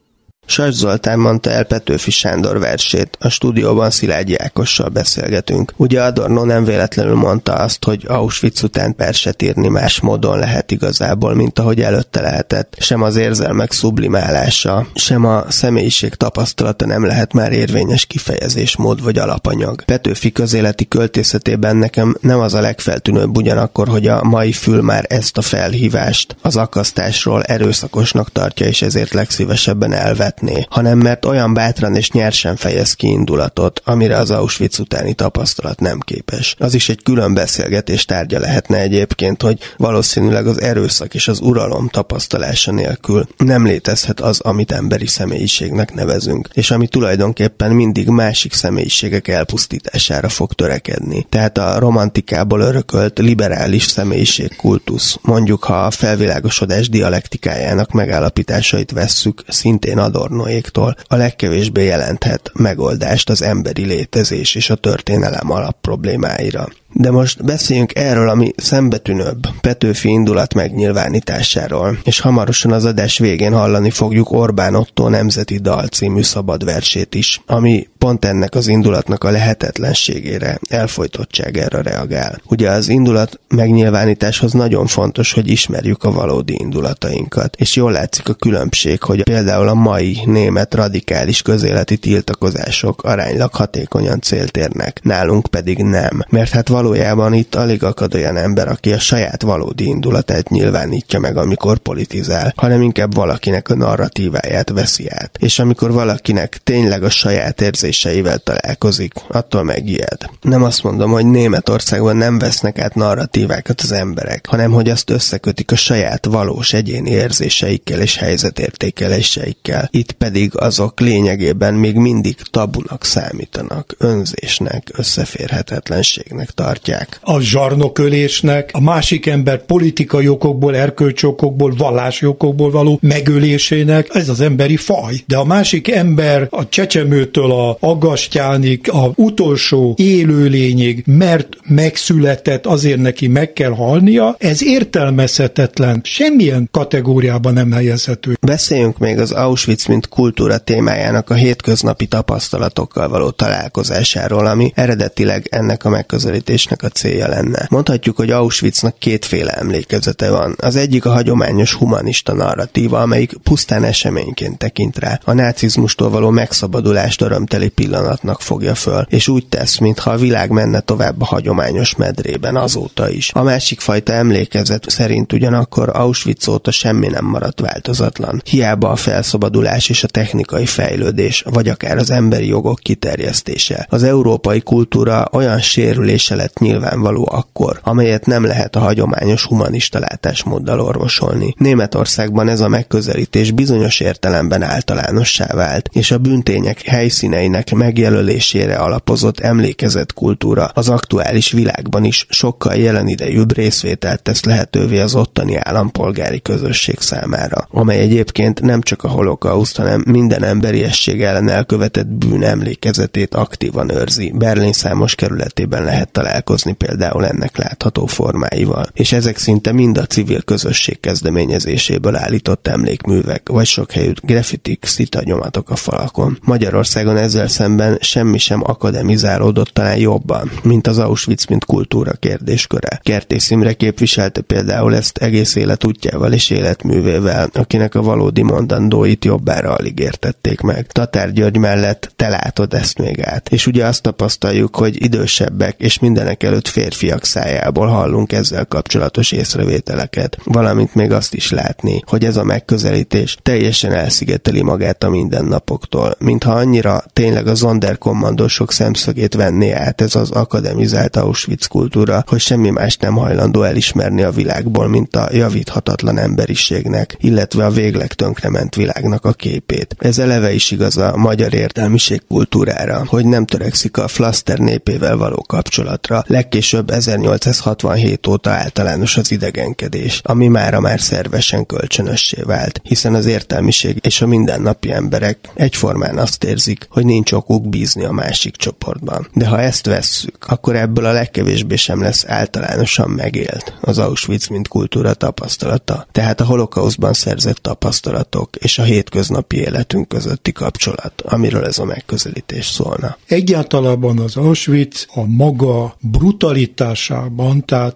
S3: Sas Zoltán mondta el Petőfi Sándor versét, a stúdióban Szilágyi Ákossal beszélgetünk. Ugye Adorno nem véletlenül mondta azt, hogy Auschwitz után verset írni más módon lehet igazából, mint ahogy előtte lehetett. Sem az érzelmek sublimálása, sem a személyiség tapasztalata nem lehet már érvényes kifejezésmód vagy alapanyag. Petőfi közéleti költészetében nekem nem az a legfeltűnőbb ugyanakkor, hogy a mai fül már ezt a felhívást az akasztásról erőszakosnak tartja, és ezért legszívesebben elvetné, hanem mert olyan bátran és nyersen fejez ki indulatot, amire az Auschwitz utáni tapasztalat nem képes. Az is egy külön beszélgetés tárgya lehetne egyébként, hogy valószínűleg az erőszak és az uralom tapasztalása nélkül nem létezhet az, amit emberi személyiségnek nevezünk, és ami tulajdonképpen mindig másik személyiségek elpusztítására fog törekedni. Tehát a romantikából örökölt liberális személyiségkultusz, mondjuk ha a felvilágosodás dialektikájának megállapításait vesszük szintén Adornoéktól, a legkevésbé jelenthet megoldást az emberi létezés és a történelem alapproblémáira. De most beszéljünk erről, ami szembetűnőbb, Petőfi indulat megnyilvánításáról, és hamarosan az adás végén hallani fogjuk Orbán Ottó Nemzeti Dal című szabad versét is, ami pont ennek az indulatnak a lehetetlenségére, elfojtottságára reagál. Ugye az indulat megnyilvánításhoz nagyon fontos, hogy ismerjük a valódi indulatainkat, és jól látszik a különbség, hogy például a mai német radikális közéleti tiltakozások aránylag hatékonyan célt érnek, nálunk pedig nem, mert hát valójában itt alig akad olyan ember, aki a saját valódi indulatát nyilvánítja meg, amikor politizál, hanem inkább valakinek a narratíváját veszi át. És amikor valakinek tényleg a saját érzéseivel találkozik, attól megijed. Nem azt mondom, hogy Németországban nem vesznek át narratívákat az emberek, hanem hogy azt összekötik a saját valós egyéni érzéseikkel és helyzetértékeléseikkel. Itt pedig azok lényegében még mindig tabunak számítanak, önzésnek, összeférhetetlenségnek tartják.
S5: A zsarnokölésnek, a másik ember politikai okokból, erkölcsi okokból, vallási okokból való megölésének, ez az emberi faj. De a másik ember a csecsemőtől a aggastyánig, a utolsó élőlényig, mert megszületett, azért neki meg kell halnia, ez értelmezhetetlen, semmilyen kategóriában nem helyezhető.
S3: Beszéljünk még az Auschwitz mint kultúra témájának a hétköznapi tapasztalatokkal való találkozásáról, ami eredetileg ennek a megközelítésnek a célja lenne. Mondhatjuk, hogy Auschwitznak kétféle emlékezete van. Az egyik a hagyományos humanista narratíva, amelyik pusztán eseményként tekint rá. A nácizmustól való megszabadulást örömteli pillanatnak fogja föl, és úgy tesz, mintha a világ menne tovább a hagyományos medrében azóta is. A másik fajta emlékezet szerint ugyanakkor Auschwitz óta semmi nem maradt változatlan. Hiába a felszabadulás és a technikai fejlődés, vagy akár az emberi jogok kiterjesztése. Az európai kultúra olyan sérülése lett nyilvánvaló akkor, amelyet nem lehet a hagyományos humanista látásmóddal orvosolni. Németországban ez a megközelítés bizonyos értelemben általánossá vált, és a bűntények helyszíneinek megjelölésére alapozott emlékezetkultúra az aktuális világban is sokkal jelenidejűbb részvételt tesz lehetővé az ottani állampolgári közösség számára, amely egyébként nem csak a holokauszt, hanem minden emberiesség ellen elkövetett bűn emlékezetét aktívan őrzi. Berlin számos kerületében lehet találkozni például ennek látható formáival, és ezek szinte mind a civil közösség kezdeményezéséből állított emlékművek, vagy sok helyütt graffitik, szitanyomatok a falakon. Magyarországon ezzel szemben semmi sem akademizálódott talán jobban, mint az Auschwitz mint kultúra kérdésköre. Kertész Imre képviselte például ezt egész életútjával és életművével, akinek a valódi mondandóit jobbára alig értették meg. Tatár György mellett te látod ezt még át. És ugye azt tapasztaljuk, hogy idősebbek és mindenek előtt férfiak szájából hallunk ezzel kapcsolatos észrevételeket, valamint még azt is látni, hogy ez a megközelítés teljesen elszigeteli magát a mindennapoktól, mintha annyira tényleg a Sonderkommandósok szemszögét venné át ez az akademizált Auschwitz kultúra, hogy semmi más nem hajlandó elismerni a világból, mint a javíthatatlan emberiségnek, illetve a végleg tönkrement világnak a képét. Ez eleve is igaz a magyar értelmiség kultúrára, hogy nem törekszik a flaszter népével való kapcsolatra, Auschwitzra, legkésőbb 1867 óta általános az idegenkedés, ami mára már szervesen kölcsönössé vált, hiszen az értelmiség és a mindennapi emberek egyformán azt érzik, hogy nincs okuk bízni a másik csoportban. De ha ezt vesszük, akkor ebből a legkevésbé sem lesz általánosan megélt az Auschwitz mint kultúra tapasztalata, tehát a holokausztban szerzett tapasztalatok és a hétköznapi életünk közötti kapcsolat, amiről ez a megközelítés szólna.
S5: Egyáltalában az Auschwitz a maga brutalitásában, tehát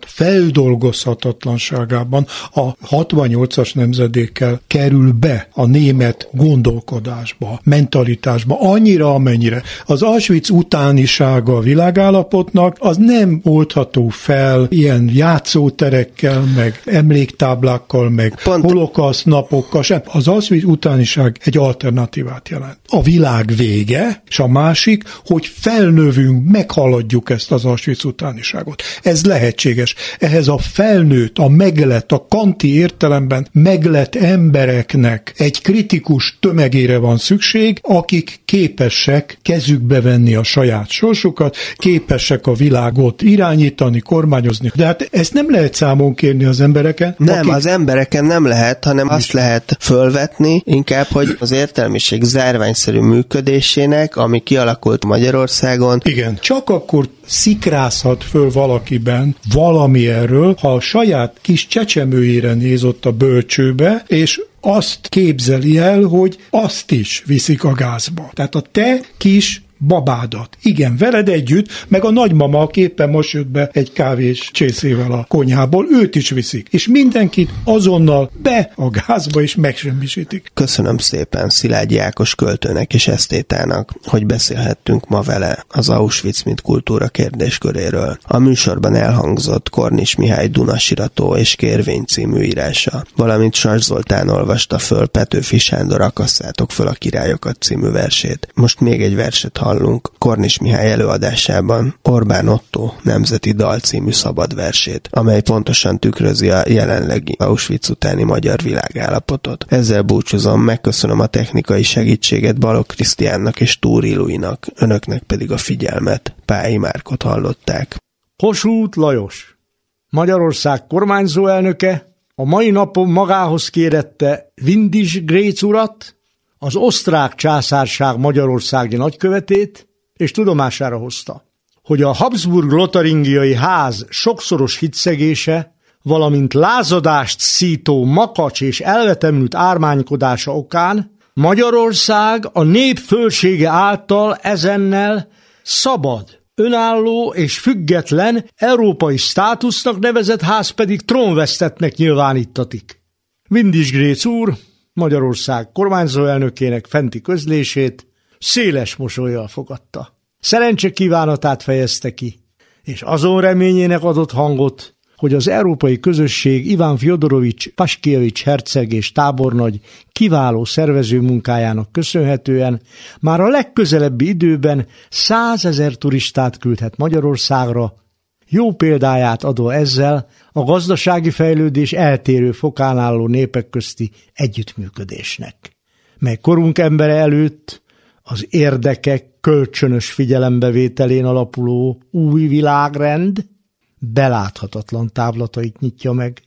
S5: feldolgozhatatlanságában a 68-as nemzedékkel kerül be a német gondolkodásba, mentalitásba, annyira, amennyire. Az Auschwitz utánisága a világállapotnak az nem oldható fel ilyen játszóterekkel, meg emléktáblákkal, meg holokauszt napokkal sem. Az Auschwitz utániság egy alternatívát jelent. A világ vége, és a másik, hogy felnövünk, meghaladjuk ezt az Auschwitz utániságot. Ez lehetséges. Ehhez a felnőtt, a meglett, a kanti értelemben meglett embereknek egy kritikus tömegére van szükség, akik képesek kezükbe venni a saját sorsukat, képesek a világot irányítani, kormányozni. De hát ezt nem lehet számon kérni az embereken.
S3: Nem, az embereken nem lehet, hanem azt lehet fölvetni, inkább, hogy az értelmiség zárványszerű működésének, ami kialakult Magyarországon.
S5: Igen, csak akkor szikrázhat föl valakiben valami erről, ha a saját kis csecsemőjére néz ott a bölcsőbe, és azt képzeli el, hogy azt is viszik a gázba. Tehát a te kis babádat. Igen, veled együtt, meg a nagymama, aki éppen most jött be egy kávés csészével a konyhából, őt is viszik. És mindenkit azonnal be a gázba is megsemmisítik.
S3: Köszönöm szépen Szilágyi Ákos költőnek és esztétának, hogy beszélhettünk ma vele az Auschwitz mint kultúra kérdésköréről. A műsorban elhangzott Kornis Mihály Dunasirató és Kérvény című írása, valamint Sas Zoltán olvasta föl Petőfi Sándor Akasszátok föl a királyokat című versét. Most még egy verset hallunk Kornis Mihály előadásában Orbán Ottó Nemzeti Dal című szabad versét, amely pontosan tükrözi a jelenlegi Auschwitz utáni magyar világállapotot. Ezzel búcsúzom, megköszönöm a technikai segítséget Balogh Krisztiánnak és Túri Luinak, önöknek pedig a figyelmet. Pályi Márkot hallották.
S7: Kossuth Lajos, Magyarország kormányzó elnöke, a mai napon magához kérette Windisch Grécz urat, az osztrák császárság magyarországi nagykövetét, és tudomására hozta, hogy a Habsburg-Lotaringiai ház sokszoros hitszegése, valamint lázadást szító makacs és elvetemült ármánykodása okán Magyarország a nép fölsége által ezennel szabad, önálló és független európai státusznak nevezett ház pedig trónvesztettnek nyilvánítatik. Windisch Grécz úr Magyarország kormányzó elnökének fenti közlését széles mosollyal fogadta. Szerencse kívánatát fejezte ki, és azon reményének adott hangot, hogy az európai közösség Iván Fjodorovics Paskiewicz herceg és tábornagy kiváló szervező munkájának köszönhetően már a legközelebbi időben 100 000 turistát küldhet Magyarországra, jó példáját adva ezzel a gazdasági fejlődés eltérő fokán álló népek közti együttműködésnek, mely korunk embere előtt az érdekek kölcsönös figyelembevételén alapuló új világrend beláthatatlan távlatait nyitja meg.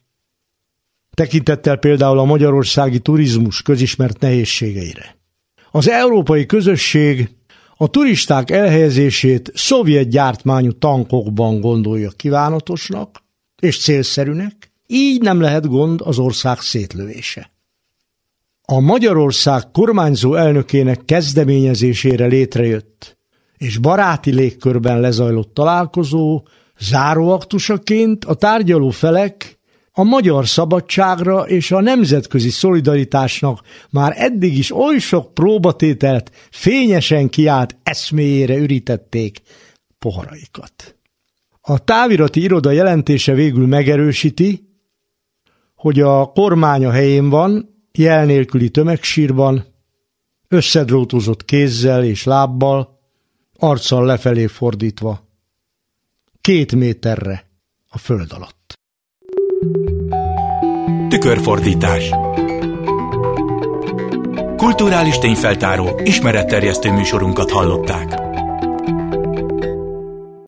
S7: Tekintettel például a magyarországi turizmus közismert nehézségeire. Az európai közösség a turisták elhelyezését szovjet gyártmányú tankokban gondolja kívánatosnak és célszerűnek, így nem lehet gond az ország szétlövése. A Magyarország kormányzó elnökének kezdeményezésére létrejött és baráti légkörben lezajlott találkozó záróaktusaként a tárgyaló felek a magyar szabadságra és a nemzetközi szolidaritásnak már eddig is oly sok próbatételt fényesen kiállt eszméjére ürítették poharaikat. A távirati iroda jelentése végül megerősíti, hogy a kormány a helyén van, jel nélküli tömegsírban, összedrótozott kézzel és lábbal, arccal lefelé fordítva, 2 méterre a föld alatt.
S2: Tükörfordítás. Kulturális tényfeltáró, ismeretterjesztő műsorunkat hallották.